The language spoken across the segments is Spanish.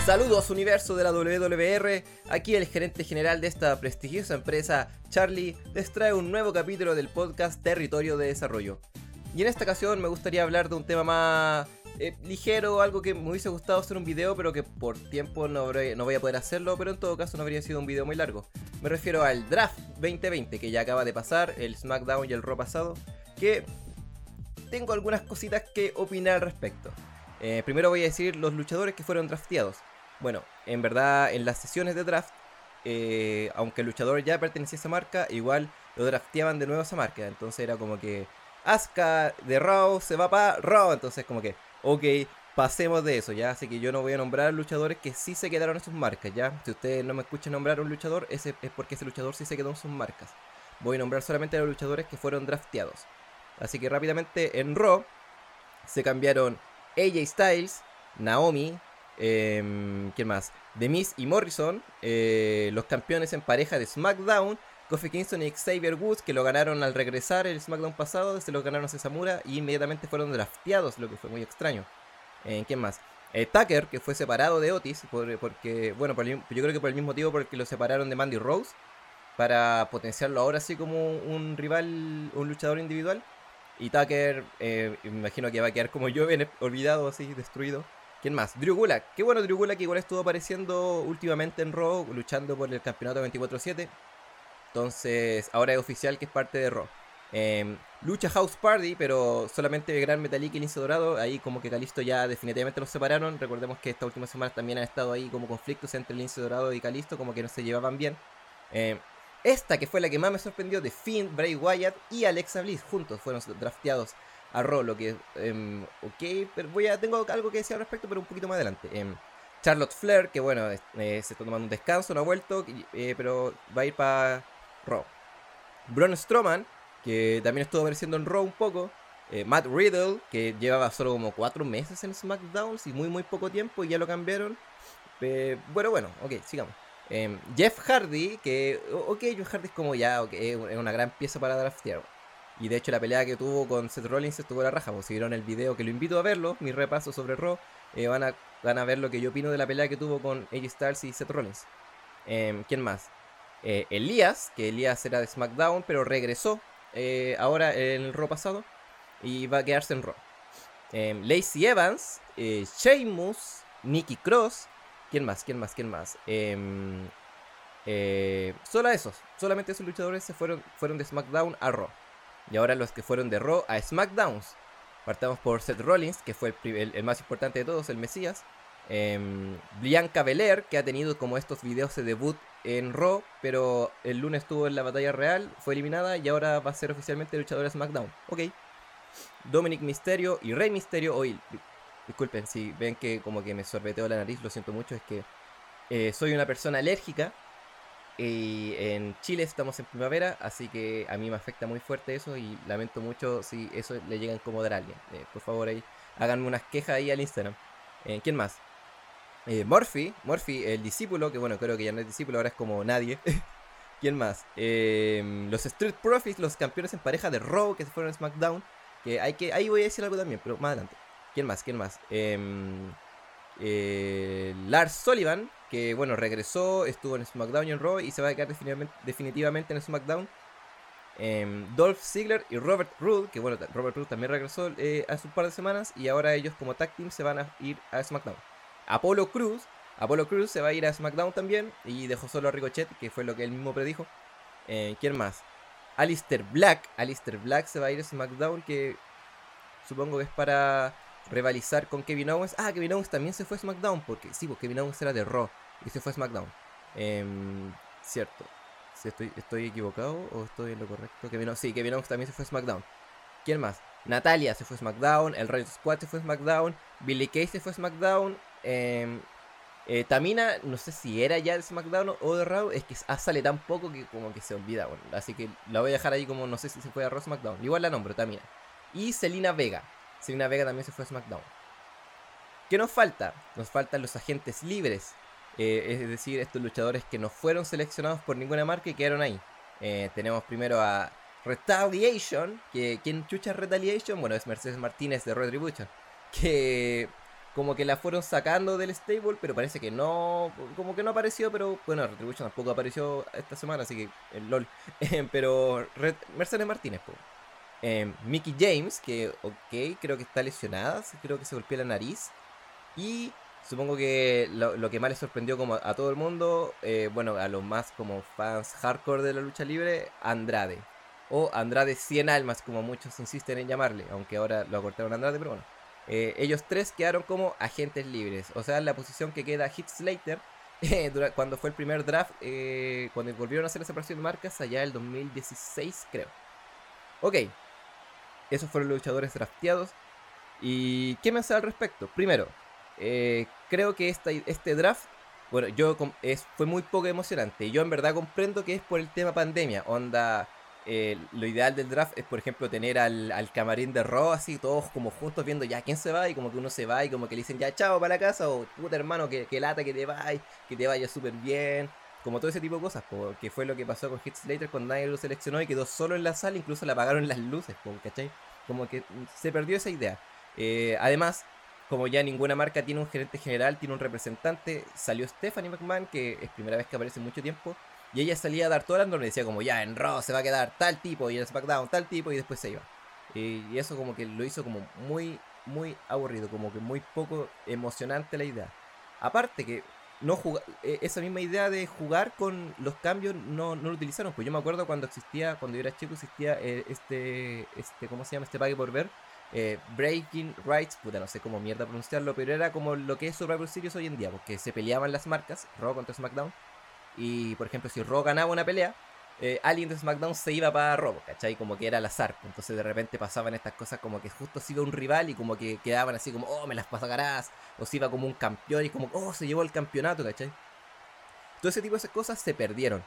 Saludos universo de la WWR, aquí el gerente general de esta prestigiosa empresa, Charlie, les trae un nuevo capítulo del podcast Territorio de Desarrollo. Y en esta ocasión me gustaría hablar de un tema más ligero, algo que me hubiese gustado hacer un video, pero que por tiempo no voy a poder hacerlo, pero en todo caso no habría sido un video muy largo. Me refiero al Draft 2020, que ya acaba de pasar, el SmackDown y el Raw pasado, que tengo algunas cositas que opinar al respecto. Primero voy a decir los luchadores que fueron drafteados. Bueno, en verdad en las sesiones de draft, aunque el luchador ya pertenecía a esa marca, igual lo drafteaban de nuevo a esa marca. Entonces era como que Asuka de Raw se va para Raw. Entonces como que, ok, pasemos de eso, ya. Así que yo no voy a nombrar luchadores que sí se quedaron en sus marcas, ya. Si ustedes no me escuchan nombrar a un luchador, ese es porque ese luchador sí se quedó en sus marcas. Voy a nombrar solamente a los luchadores que fueron drafteados. Así que rápidamente en Raw se cambiaron AJ Styles, Naomi, ¿quién más? The Miz y Morrison, los campeones en pareja de SmackDown, Kofi Kingston y Xavier Woods, que lo ganaron al regresar el SmackDown pasado, se lo ganaron a Cezamura y inmediatamente fueron drafteados, lo que fue muy extraño. ¿Quién más? Tucker, que fue separado de Otis, porque, bueno, yo creo que por el mismo motivo porque lo separaron de Mandy Rose, para potenciarlo ahora sí como un rival, un luchador individual. Y Tucker, me imagino que va a quedar como yo, bien olvidado, así, destruido. ¿Quién más? Drew Gulak. Qué bueno Drew Gulak, que igual estuvo apareciendo últimamente en Raw, luchando por el campeonato 24/7. Entonces, ahora es oficial que es parte de Raw. Lucha House Party, pero solamente Gran Metalik y Lince Dorado. Ahí como que Kalisto ya definitivamente los separaron. Recordemos que estas últimas semanas también han estado ahí como conflictos entre Lince Dorado y Kalisto, como que no se llevaban bien. Esta que fue la que más me sorprendió, de Finn, Bray Wyatt y Alexa Bliss juntos fueron drafteados a Raw, lo que ok, pero tengo algo que decir al respecto, pero un poquito más adelante. Charlotte Flair, que bueno, se está tomando un descanso, no ha vuelto, pero va a ir para Raw. Braun Strowman, que también estuvo apareciendo en Raw un poco. Matt Riddle, que llevaba solo como 4 meses en SmackDown, y muy poco tiempo, y ya lo cambiaron. Bueno, ok, sigamos. Jeff Hardy, que Jeff Hardy es como ya, es una gran pieza para draftear. Y de hecho la pelea que tuvo con Seth Rollins estuvo a la raja. Si vieron el video, que lo invito a verlo, mi repaso sobre Raw, van a ver lo que yo opino de la pelea que tuvo con AJ Styles y Seth Rollins. ¿Quién más? Elías, que Elías era de SmackDown, pero regresó ahora en el Raw pasado y va a quedarse en Raw. Lacey Evans, Sheamus, Nikki Cross. ¿Quién más? Solamente esos luchadores se fueron de SmackDown a Raw. Y ahora los que fueron de Raw a SmackDown. Partamos por Seth Rollins, que fue el más importante de todos, el Mesías. Bianca Belair, que ha tenido como estos videos de debut en Raw, pero el lunes estuvo en la batalla real, fue eliminada y ahora va a ser oficialmente luchadora de SmackDown. Ok. Dominic Mysterio y Rey Mysterio. Hoy, disculpen si ven que como que me sorbeteo la nariz, lo siento mucho, es que soy una persona alérgica. Y en Chile estamos en primavera, así que a mí me afecta muy fuerte eso y lamento mucho si eso le llega a incomodar a alguien. Por favor, ahí háganme unas quejas ahí al Instagram. ¿Quién más? Murphy, el discípulo, que bueno, creo que ya no es discípulo, ahora es como nadie. ¿Quién más? Los Street Profits, los campeones en pareja de Raw que se fueron a SmackDown. Ahí voy a decir algo también, pero más adelante. ¿Quién más? Lars Sullivan, que bueno, regresó, estuvo en SmackDown y en Raw y se va a quedar definitivamente en SmackDown. Dolph Ziggler y Robert Roode, que bueno, Robert Roode también regresó hace un par de semanas y ahora ellos como tag team se van a ir a SmackDown. Apollo Crews se va a ir a SmackDown también y dejó solo a Ricochet, que fue lo que él mismo predijo. ¿Quién más? Aleister Black se va a ir a SmackDown, que supongo que es para rivalizar con Kevin Owens. Kevin Owens también se fue a SmackDown, porque Kevin Owens era de Raw y se fue a SmackDown. Cierto. Si estoy equivocado o estoy en lo correcto. Kevin Owens también se fue a SmackDown. ¿Quién más? Natalia se fue a SmackDown, el Riot Squad se fue a SmackDown, Billie Kay se fue a SmackDown. Tamina, no sé si era ya de SmackDown o de Raw, es que sale tan poco que como que se olvida, bueno, así que la voy a dejar ahí como no sé si se fue a Raw o SmackDown. Igual la nombro, Tamina. Y Zelina Vega también se fue a SmackDown. ¿Qué nos falta? Nos faltan los agentes libres, es decir, estos luchadores que no fueron seleccionados por ninguna marca y quedaron ahí. Tenemos primero a Retaliation, ¿quién chucha es Retaliation? Bueno, es Mercedes Martínez de Retribution, que como que la fueron sacando del stable, pero parece que no, como que no apareció, pero bueno, Retribution tampoco apareció esta semana, así que el LOL. Pero Mercedes Martínez, po. Mickey James, que ok, creo que está lesionada, creo que se golpeó la nariz. Y supongo que lo que más le sorprendió como a todo el mundo, bueno, a los más como fans hardcore de la lucha libre, Andrade. O Andrade 100 almas, como muchos insisten en llamarle, aunque ahora lo acortaron a Andrade, pero bueno. Ellos tres quedaron como agentes libres, o sea, la posición que queda Heath Slater cuando fue el primer draft, cuando volvieron a hacer la separación de marcas, allá el 2016 creo. Ok, esos fueron los luchadores drafteados. ¿Y qué me hace al respecto? Primero, creo que este draft, bueno, fue muy poco emocionante. Yo en verdad comprendo que es por el tema pandemia. Onda, lo ideal del draft es, por ejemplo, tener al camarín de Raw así, todos como juntos viendo ya quién se va. Y como que uno se va y como que le dicen ya chao para la casa. O puta hermano, que lata que te vaya súper bien. Como todo ese tipo de cosas, que fue lo que pasó con Heath Slater cuando nadie lo seleccionó y quedó solo en la sala, incluso le apagaron las luces, ¿cachai? Como que se perdió esa idea. Además, como ya ninguna marca tiene un gerente general, tiene un representante, salió Stephanie McMahon, que es primera vez que aparece en mucho tiempo, y ella salía a dar todas las normas y decía como ya en Raw se va a quedar tal tipo y en SmackDown tal tipo y después se iba. Y eso como que lo hizo como muy, muy aburrido, como que muy poco emocionante la idea. Aparte que no esa misma idea de jugar con los cambios no lo utilizaron, pues yo me acuerdo cuando yo era chico existía ¿cómo se llama? Este pague por ver. Breaking Rights, puta, no sé cómo mierda pronunciarlo, pero era como lo que es Survivor Series hoy en día, porque se peleaban las marcas, Raw contra SmackDown, y por ejemplo, si Raw ganaba una pelea, alguien de SmackDown se iba para Raw, ¿cachai? Como que era al azar, entonces de repente pasaban estas cosas como que justo se iba un rival y como que quedaban así como, oh, me las pasagarás, o se iba como un campeón y como, oh, se llevó el campeonato, ¿cachai? Todo ese tipo de cosas se perdieron.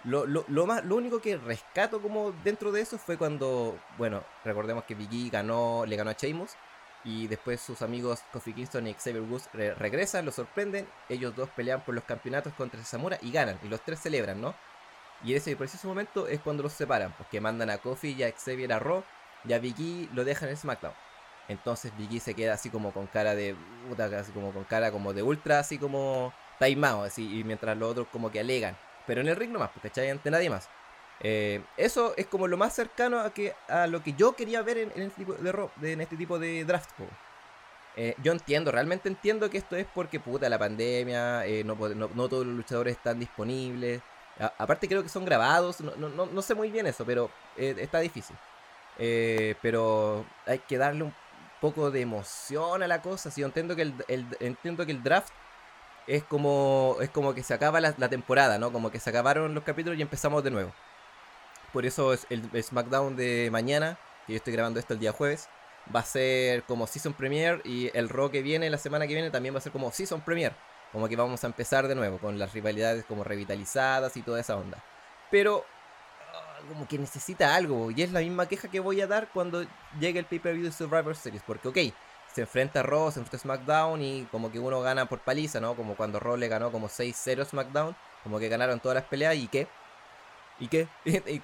Lo único que rescato como dentro de eso fue cuando, bueno, recordemos que Big E le ganó a Sheamus. Y después sus amigos Kofi Kingston y Xavier Woods regresan, lo sorprenden. Ellos dos pelean por los campeonatos contra Samura y ganan. Y los tres celebran, ¿no? Y en ese preciso momento es cuando los separan. Porque mandan a Kofi y a Xavier a Raw. Y a Big E lo dejan en SmackDown. Entonces Big E se queda así como con cara de puta, así como con cara como de ultra, así como taimado, así, y mientras los otros como que alegan. Pero en el ring nomás, porque ¿cachai? Ante nadie más. Eso es como lo más cercano a lo que yo quería ver en este tipo en este tipo de draft. Yo entiendo, realmente entiendo que esto es porque puta la pandemia, no todos los luchadores están disponibles. Aparte creo que son grabados, no sé muy bien eso, pero está difícil. Pero hay que darle un poco de emoción a la cosa. Si yo entiendo que entiendo que el draft es como que se acaba la temporada, ¿no? Como que se acabaron los capítulos y empezamos de nuevo. Por eso es el SmackDown de mañana, que yo estoy grabando esto el día jueves, va a ser como Season Premiere, y el Raw que viene, la semana que viene, también va a ser como Season Premiere. Como que vamos a empezar de nuevo, con las rivalidades como revitalizadas y toda esa onda. Pero como que necesita algo, y es la misma queja que voy a dar cuando llegue el pay-per-view de Survivor Series, porque ok, se enfrenta a Raw, se enfrenta a SmackDown y como que uno gana por paliza, ¿no? Como cuando Raw le ganó como 6-0 a SmackDown, como que ganaron todas las peleas y ¿qué? ¿Y qué? ¿Y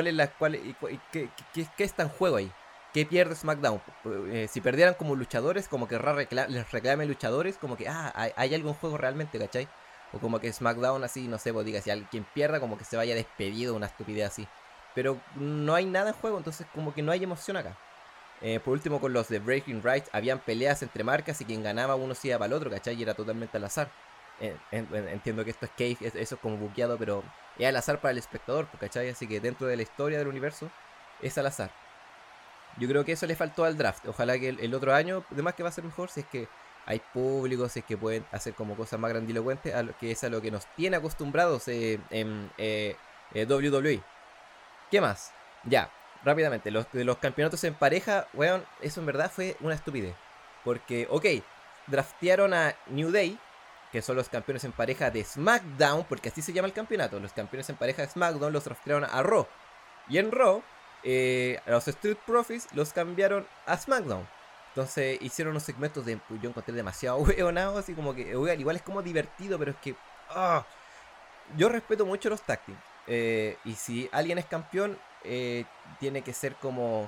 qué está en juego ahí? ¿Qué pierde SmackDown? Si perdieran como luchadores, como que les reclamen luchadores, como que, hay algo en juego realmente, ¿cachai? O como que SmackDown así, no sé, pues diga, si alguien pierda, como que se vaya despedido, una estupidez así. Pero no hay nada en juego, entonces como que no hay emoción acá. Por último, con los de Breaking Rights, habían peleas entre marcas y quien ganaba uno se iba para el otro, ¿cachai? Y era totalmente al azar. Entiendo que esto es cave, eso es como buqueado, pero es al azar para el espectador, ¿cachai? Así que dentro de la historia del universo es al azar. Yo creo que eso le faltó al draft. Ojalá que el otro año, además que va a ser mejor, si es que hay público, si es que pueden hacer como cosas más grandilocuentes, que es a lo que nos tiene acostumbrados en WWE. ¿Qué más? Ya, rápidamente, los campeonatos en pareja, weón, eso en verdad fue una estupidez. Porque, ok, draftearon a New Day, que son los campeones en pareja de SmackDown, porque así se llama el campeonato. Los campeones en pareja de SmackDown los draftearon a Raw. Y en Raw, a los Street Profits los cambiaron a SmackDown. Entonces hicieron unos segmentos yo encontré demasiado hueonado, así como que, igual es como divertido, pero es que... yo respeto mucho los tag team. Y si alguien es campeón, tiene que ser como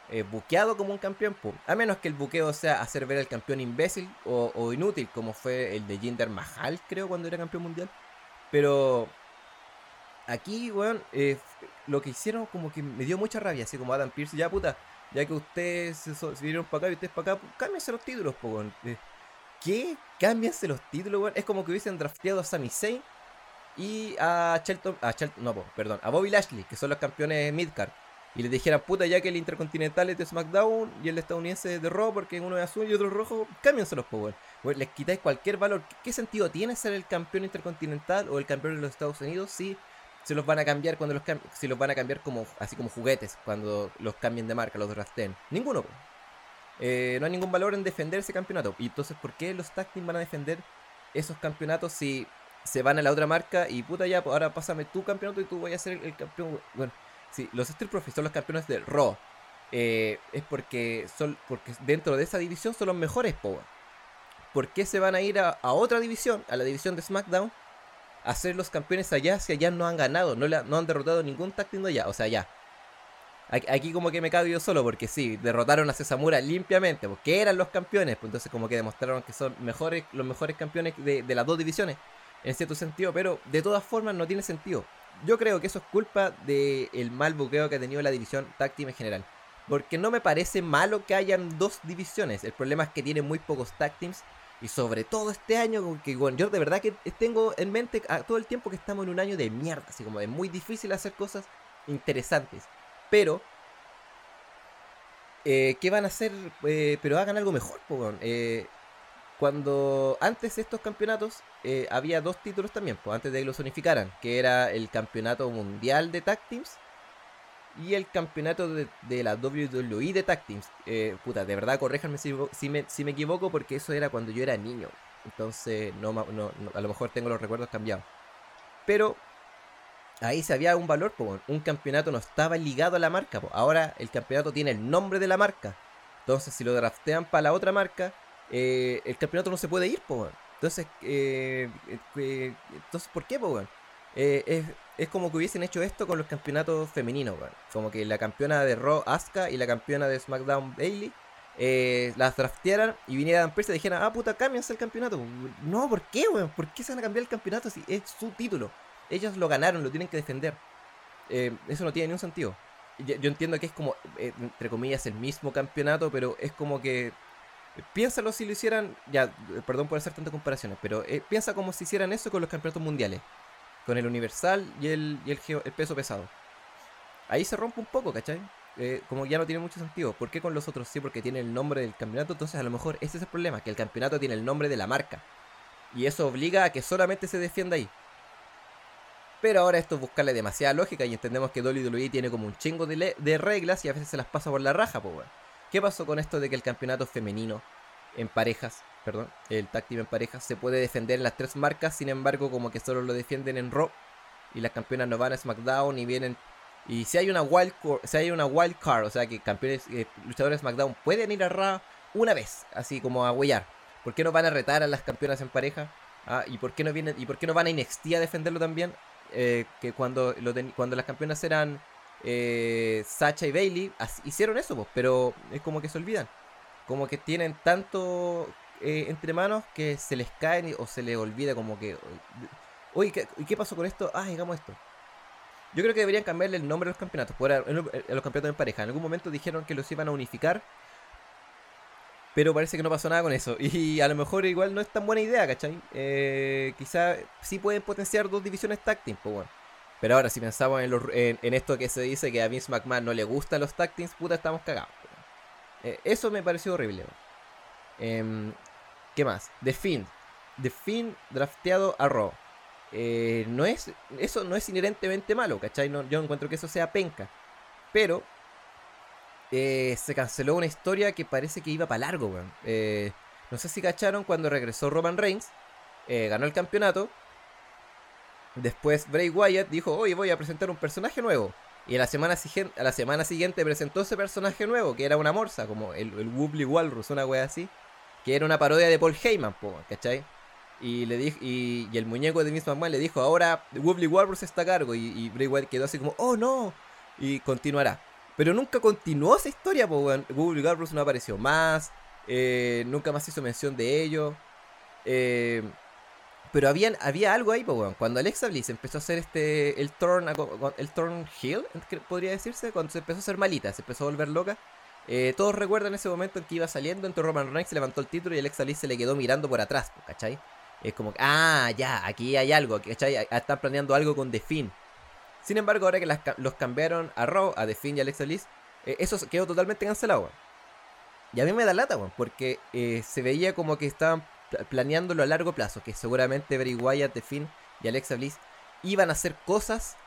buqueado como un campeón, po. A menos que el buqueo sea hacer ver al campeón imbécil o inútil, como fue el de Jinder Mahal, creo, cuando era campeón mundial. Pero aquí, weón, lo que hicieron como que me dio mucha rabia, así como Adam Pearce, ya puta, ya que ustedes se vinieron para acá y ustedes para acá, pues, cámbiense los títulos, po, weón. ¿Qué? Cámbiense los títulos, weón. Es como que hubiesen drafteado a Sami Zayn y no, perdón, a Bobby Lashley, que son los campeones Midcard. Y les dijeran, puta, ya que el Intercontinental es de SmackDown y el estadounidense es de Raw, porque uno es azul y otro es rojo, cámbienselos, po, weón. Les quitáis cualquier valor. ¿Qué sentido tiene ser el campeón intercontinental o el campeón de los Estados Unidos si se los van a cambiar si los van a cambiar como así como juguetes cuando los cambien de marca, los draften? Ninguno, po. No hay ningún valor en defender ese campeonato. Y entonces, ¿por qué los tag team van a defender esos campeonatos si se van a la otra marca y puta ya, pues ahora pásame tu campeonato y tú voy a ser el campeón? Bueno, si los Street Profits son los campeones de Raw, es porque dentro de esa división son los mejores, po. ¿Por qué se van a ir a otra división, a la división de SmackDown, a ser los campeones allá si allá no han ganado, no han derrotado ningún tag team de allá? O sea, ya. Aquí como que me cago yo solo, porque sí, derrotaron a Cesamura limpiamente, porque eran los campeones, pues entonces como que demostraron que son los mejores campeones de las dos divisiones, en cierto sentido, pero de todas formas no tiene sentido. Yo creo que eso es culpa del mal buqueo que ha tenido la división Tag Team en general, porque no me parece malo que hayan dos divisiones, el problema es que tienen muy pocos Tag Teams, y sobre todo este año, que bueno, yo de verdad que tengo en mente todo el tiempo que estamos en un año de mierda, así como de muy difícil hacer cosas interesantes. Pero, ¿qué van a hacer? Pero hagan algo mejor, po, cuando antes de estos campeonatos había dos títulos también, pues antes de que los unificaran, que era el campeonato mundial de Tag Teams y el campeonato de la WWE de Tag Teams. Puta, de verdad, corréjanme si me equivoco, porque eso era cuando yo era niño. Entonces, a lo mejor tengo los recuerdos cambiados. Pero ahí se había un valor, po. Un campeonato no estaba ligado a la marca, po. Ahora el campeonato tiene el nombre de la marca. Entonces, si lo draftean para la otra marca, el campeonato no se puede ir, po. Entonces, ¿por qué, po? Es como que hubiesen hecho esto con los campeonatos femeninos, po. Como que la campeona de Raw, Asuka, y la campeona de SmackDown, Bayley, las draftearan y viniera a empresa y dijeran, ah, puta, cámbiense el campeonato. No, ¿por qué, weón? ¿Por qué se van a cambiar el campeonato si es su título? Ellos lo ganaron, lo tienen que defender. Eso no tiene ningún sentido. Yo entiendo que es como, entre comillas, el mismo campeonato, pero es como que... Piénsalo si lo hicieran... Ya, perdón por hacer tantas comparaciones, pero piensa como si hicieran eso con los campeonatos mundiales. Con el universal y el peso pesado. Ahí se rompe un poco, ¿cachai? Como ya no tiene mucho sentido. ¿Por qué con los otros sí? Porque tiene el nombre del campeonato. Entonces a lo mejor ese es el problema, que el campeonato tiene el nombre de la marca. Y eso obliga a que solamente se defienda ahí. Pero ahora esto es buscarle demasiada lógica y entendemos que WWE tiene como un chingo de reglas y a veces se las pasa por la raja, pues bueno. ¿Qué pasó con esto de que el campeonato femenino en parejas, perdón, el tag team en parejas, se puede defender en las tres marcas, sin embargo como que solo lo defienden en Raw y las campeonas no van a SmackDown y vienen... Y si hay una wild card, o sea que campeones, luchadores de SmackDown pueden ir a Raw una vez, así como a huellar. ¿Por qué no van a retar a las campeonas en pareja? ¿Y por qué no van a NXT a defenderlo también? Que cuando las campeonas eran Sacha y Bayley, hicieron eso, pues, pero es como que se olvidan. Como que tienen tanto entre manos que se les caen o se les olvida como que... Oye, ¿qué pasó con esto? Digamos esto. Yo creo que deberían cambiarle el nombre a los campeonatos. A los campeonatos en pareja. En algún momento dijeron que los iban a unificar, pero parece que no pasó nada con eso. Y a lo mejor igual no es tan buena idea, ¿cachai? Quizá sí pueden potenciar dos divisiones tag team, pues bueno. Pero ahora si pensamos en esto que se dice que a Vince McMahon no le gustan los tag teams, puta, estamos cagados. Eso me pareció horrible. ¿Qué más? The Fiend drafteado a Raw. Eso no es inherentemente malo, ¿cachai? Yo encuentro que eso sea penca. Pero se canceló una historia que parece que iba para largo, weón. No sé si cacharon cuando regresó Roman Reigns, ganó el campeonato. Después Bray Wyatt dijo, oye, voy a presentar un personaje nuevo. Y a la semana siguiente presentó ese personaje nuevo, que era una morsa, como el Wobbly Walrus, una wea así, que era una parodia de Paul Heyman, ¿cachai? Y le dijo, y el muñeco de Vince McMahon le dijo, ahora Wobbly Walrus está a cargo. Y Bray Wyatt quedó así como, oh no, y continuará. Pero nunca continuó esa historia, pues, weón. Google Garbus no apareció más. Nunca más hizo mención de ello. Eh, pero había algo ahí, pues, weón. Cuando Alexa Bliss empezó a hacer el Turn Heel, podría decirse, cuando se empezó a hacer malita, se empezó a volver loca. Todos recuerdan ese momento en que iba saliendo, entró Roman Reigns, levantó el título y Alexa Bliss se le quedó mirando por atrás, ¿cachai? Es como, ya, aquí hay algo, ¿cachai? Están planeando algo con The Fiend. Sin embargo, ahora que los cambiaron a Raw, a The Fiend y a Alexa Bliss, eso quedó totalmente cancelado, weón. Y a mí me da lata, weón, porque se veía como que estaban planeándolo a largo plazo, que seguramente Bray Wyatt, The Fiend y Alexa Bliss iban a hacer cosas,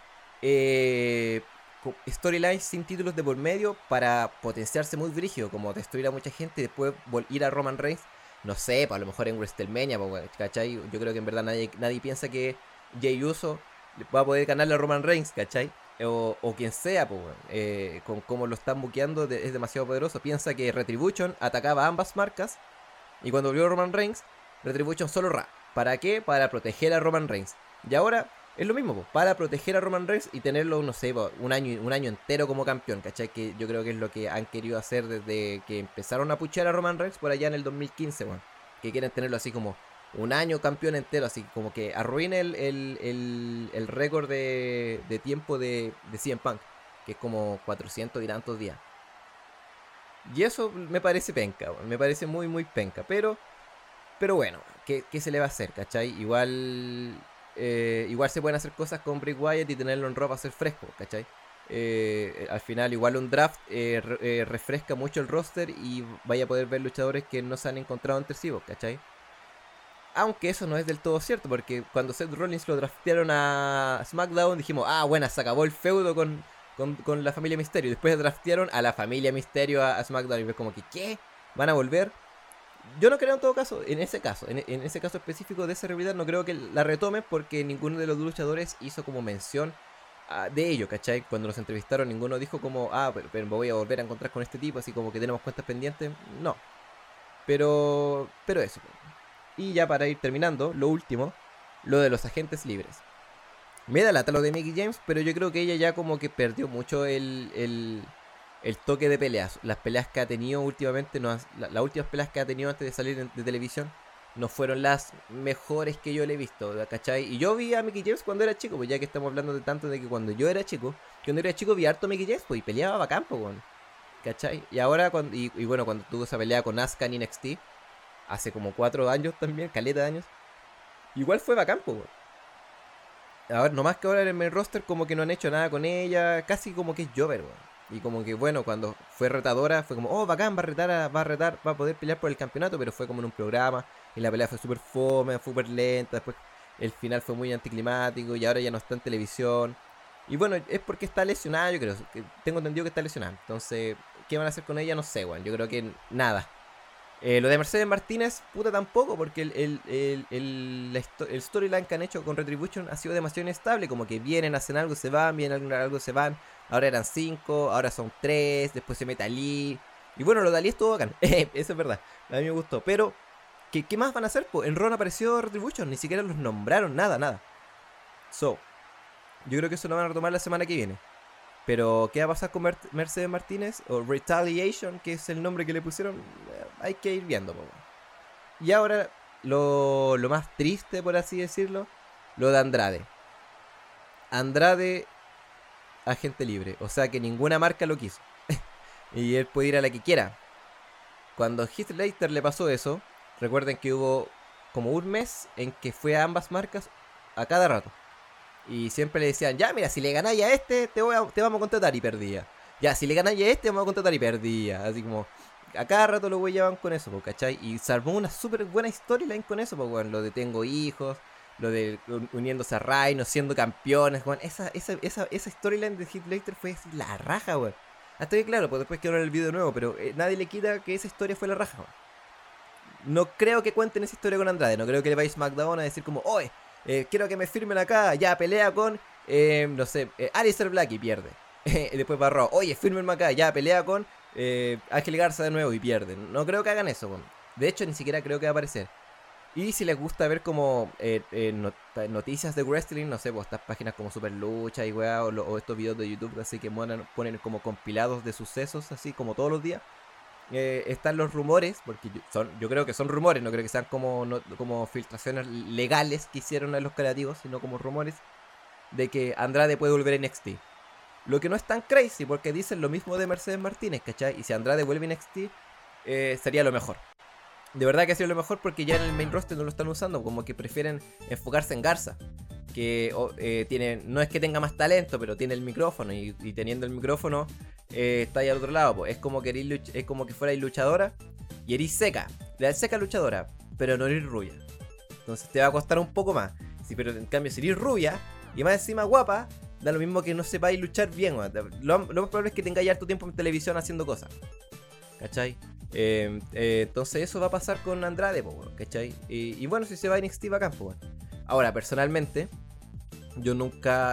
storylines sin títulos de por medio para potenciarse muy brígido, como destruir a mucha gente y después ir a Roman Reigns. No sé, pues a lo mejor en WrestleMania, ¿cachai? Yo creo que en verdad nadie piensa que Jey Uso va a poder ganarle a Roman Reigns, ¿cachai? O quien sea, pues, con cómo lo están buqueando, es demasiado poderoso. Piensa que Retribution atacaba a ambas marcas y cuando volvió Roman Reigns, Retribution solo Raw. ¿Para qué? Para proteger a Roman Reigns. Y ahora es lo mismo, para proteger a Roman Reigns y tenerlo, no sé, un año entero como campeón, ¿cachai? Que yo creo que es lo que han querido hacer desde que empezaron a puchar a Roman Reigns por allá en el 2015, bueno. Que quieren tenerlo así como un año campeón entero, así como que arruine el récord de tiempo de CM Punk, que es como 400 y tantos días. Y eso me parece penca, me parece muy, muy penca. Pero bueno, ¿qué se le va a hacer, cachai? Igual se pueden hacer cosas con Bray Wyatt y tenerlo en Raw para ser fresco, ¿cachai? Al final igual un draft refresca mucho el roster y vaya a poder ver luchadores que no se han encontrado entre sí, ¿cachai? Aunque eso no es del todo cierto, porque cuando Seth Rollins lo draftearon a SmackDown dijimos, bueno, se acabó el feudo con la familia Misterio. Después draftearon a la familia Misterio a SmackDown y ves como que, ¿qué? ¿Van a volver? Yo no creo en todo caso, en ese caso específico de esa rivalidad, no creo que la retomen porque ninguno de los luchadores hizo como mención de ello, ¿cachai? Cuando los entrevistaron ninguno dijo como, pero me voy a volver a encontrar con este tipo, así como que tenemos cuentas pendientes. No. Pero eso. Y ya para ir terminando, lo último, lo de los agentes libres. Me da lata lo de Mickie James, pero yo creo que ella ya como que perdió mucho el toque de peleas. Las peleas que ha tenido últimamente, las últimas peleas que ha tenido antes de salir de televisión, no fueron las mejores que yo le he visto, ¿cachai? Y yo vi a Mickie James cuando era chico, pues ya que estamos hablando de tanto de que cuando era chico vi harto a Mickie James, pues, y peleaba bacán, pues, ¿cachai? Y ahora, cuando tuvo esa pelea con Asuka en NXT, hace como 4 años también, caleta de años, igual fue bacán, pues, ahora, nomás que ahora en el main roster como que no han hecho nada con ella, casi como que es Jover, y como que bueno, cuando fue retadora fue como, bacán, va a poder pelear por el campeonato, pero fue como en un programa y la pelea fue súper fome, súper lenta, después el final fue muy anticlimático y ahora ya no está en televisión. Y bueno, es porque está lesionada, yo creo, tengo entendido que está lesionada. Entonces, ¿qué van a hacer con ella? No sé, yo creo que nada. Lo de Mercedes Martínez, puta tampoco, porque el storyline que han hecho con Retribution ha sido demasiado inestable, como que vienen, hacen algo, se van, vienen, algo, se van. Ahora eran 5, ahora son 3, después se mete Ali. Y bueno, lo de Ali estuvo bacán, eso es verdad, a mí me gustó. Pero, ¿qué más van a hacer? En Raw apareció Retribution, ni siquiera los nombraron, nada. Yo creo que eso lo van a retomar la semana que viene. Pero, ¿qué va a pasar con Mercedes Martínez? O Retaliation, que es el nombre que le pusieron, hay que ir viendo. Y ahora, lo más triste, por así decirlo, lo de Andrade. Andrade, agente libre. O sea que ninguna marca lo quiso. Y él puede ir a la que quiera. Cuando Heath Slater le pasó eso, recuerden que hubo como un mes en que fue a ambas marcas a cada rato. Y siempre le decían, ya mira, si le ganáis a este, te vamos a contratar, y perdía. Ya, si le ganáis a este, vamos a contratar, y perdía. Así como, a cada rato lo llevaban con eso, ¿cachai? Y salvó una súper buena storyline con eso, bueno, lo de tengo hijos, lo de uniéndose a Rhino, siendo campeones, bueno, esa storyline de Heath Slater fue la raja, weón. Hasta que claro, pues después quiero ver el video de nuevo, pero nadie le quita que esa historia fue la raja, weón. No creo que cuenten esa historia con Andrade, no creo que le vaya a SmackDown a decir como, oye, quiero que me firmen acá, ya pelea con, no sé, Aleister Black y pierde. Después va a Raw, oye, fírmenme acá, ya pelea con Ángel Garza de nuevo y pierde. No creo que hagan eso, weón. De hecho, ni siquiera creo que va a aparecer. Y si les gusta ver como noticias de wrestling, no sé, pues estas páginas como Super Lucha y weá, o estos videos de YouTube así que ponen como compilados de sucesos así como todos los días. Están los rumores, porque yo creo que son rumores, no creo que sean como filtraciones legales que hicieron a los creativos, sino como rumores de que Andrade puede volver a NXT. Lo que no es tan crazy, porque dicen lo mismo de Mercedes Martínez, ¿cachai? Y si Andrade vuelve a NXT, sería lo mejor. De verdad que ha sido lo mejor, porque ya en el main roster no lo están usando, como que prefieren enfocarse en Garza, que no es que tenga más talento, pero tiene el micrófono, y teniendo el micrófono está ahí al otro lado, pues. Es como que fuerais luchadora y eres seca, seca luchadora, pero no eres rubia. Entonces te va a costar un poco más. Sí, pero en cambio si eres rubia y más encima guapa, da lo mismo que no sepáis luchar bien. Lo más probable es que tengáis harto tiempo en televisión haciendo cosas, ¿cachai? Entonces eso va a pasar con Andrade, ¿cachai? Y bueno, si se va a NXT bacán, pues. Ahora, personalmente, yo no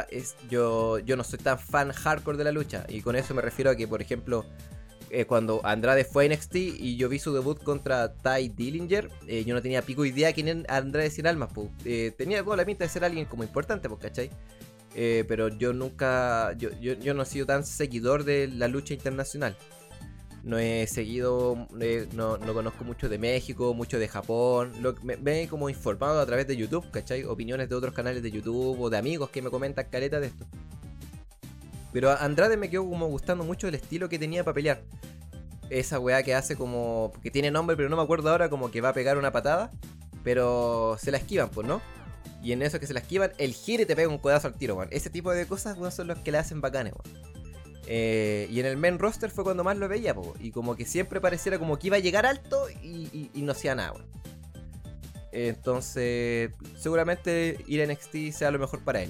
soy tan fan hardcore de la lucha. Y con eso me refiero a que, por ejemplo, cuando Andrade fue a NXT y yo vi su debut contra Ty Dillinger, yo no tenía pico idea quién era Andrade sin almas, pues. Tenía toda la pinta de ser alguien como importante, pues, ¿cachai? Pero yo nunca, yo no he sido tan seguidor de la lucha internacional. No he seguido, no conozco mucho de México, mucho de Japón. Me he como informado a través de YouTube, ¿cachai? Opiniones de otros canales de YouTube o de amigos que me comentan caleta de esto. Pero a Andrade me quedó como gustando mucho el estilo que tenía para pelear. Esa weá que hace como, que tiene nombre pero no me acuerdo ahora, como que va a pegar una patada, pero se la esquivan, pues, ¿no? Y en eso que se la esquivan, el gire te pega un codazo al tiro, weón. Ese tipo de cosas, weón, son los que le hacen bacanes, weón. Y en el main roster fue cuando más lo veía, po, y como que siempre pareciera como que iba a llegar alto y no hacía nada, weón. Entonces, seguramente ir a NXT sea lo mejor para él.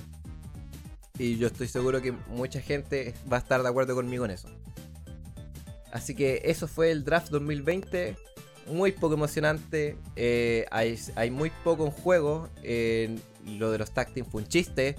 Y yo estoy seguro que mucha gente va a estar de acuerdo conmigo en eso. Así que eso fue el draft 2020. Muy poco emocionante. Hay muy poco en juego. Lo de los tag team fue un chiste.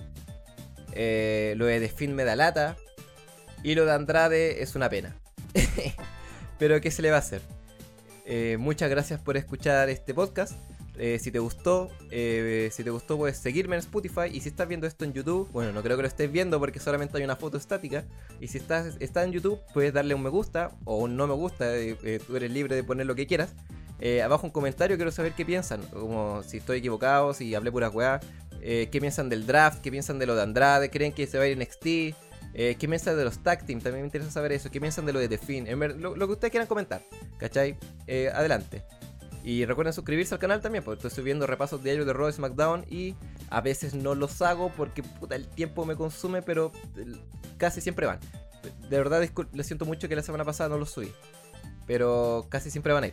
Lo de The Fiend me da lata. Y lo de Andrade es una pena. Pero ¿qué se le va a hacer? Muchas gracias por escuchar este podcast. Si te gustó, puedes seguirme en Spotify. Y si estás viendo esto en YouTube, bueno, no creo que lo estés viendo porque solamente hay una foto estática. Y si estás en YouTube, puedes darle un me gusta o un no me gusta. Tú eres libre de poner lo que quieras. Abajo un comentario, quiero saber qué piensan. Como si estoy equivocado, si hablé pura weá. ¿Qué piensan del draft? ¿Qué piensan de lo de Andrade? ¿Creen que se va a ir en NXT? ¿Qué piensan de los tag team? También me interesa saber eso. ¿Qué piensan de lo de The Fiend? Lo que ustedes quieran comentar, ¿cachai? Adelante. Y recuerden suscribirse al canal también, porque estoy subiendo repasos diarios de Raw y SmackDown. Y a veces no los hago porque puta, el tiempo me consume, pero casi siempre van. De verdad, les siento mucho que la semana pasada no los subí, pero casi siempre van a ir.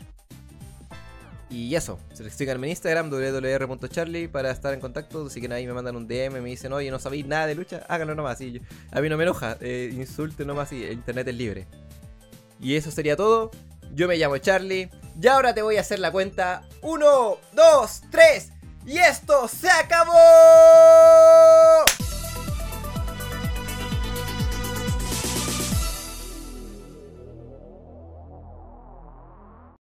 Y eso, síganme en Instagram, www.charlie, para estar en contacto. Así que ahí me mandan un DM, me dicen, oye, no sabéis nada de lucha, háganlo nomás. Y a mí no me enoja, insulten nomás, y el internet es libre. Y eso sería todo. Yo me llamo Charlie, y ahora te voy a hacer la cuenta. 1, 2, 3, y esto se acabó.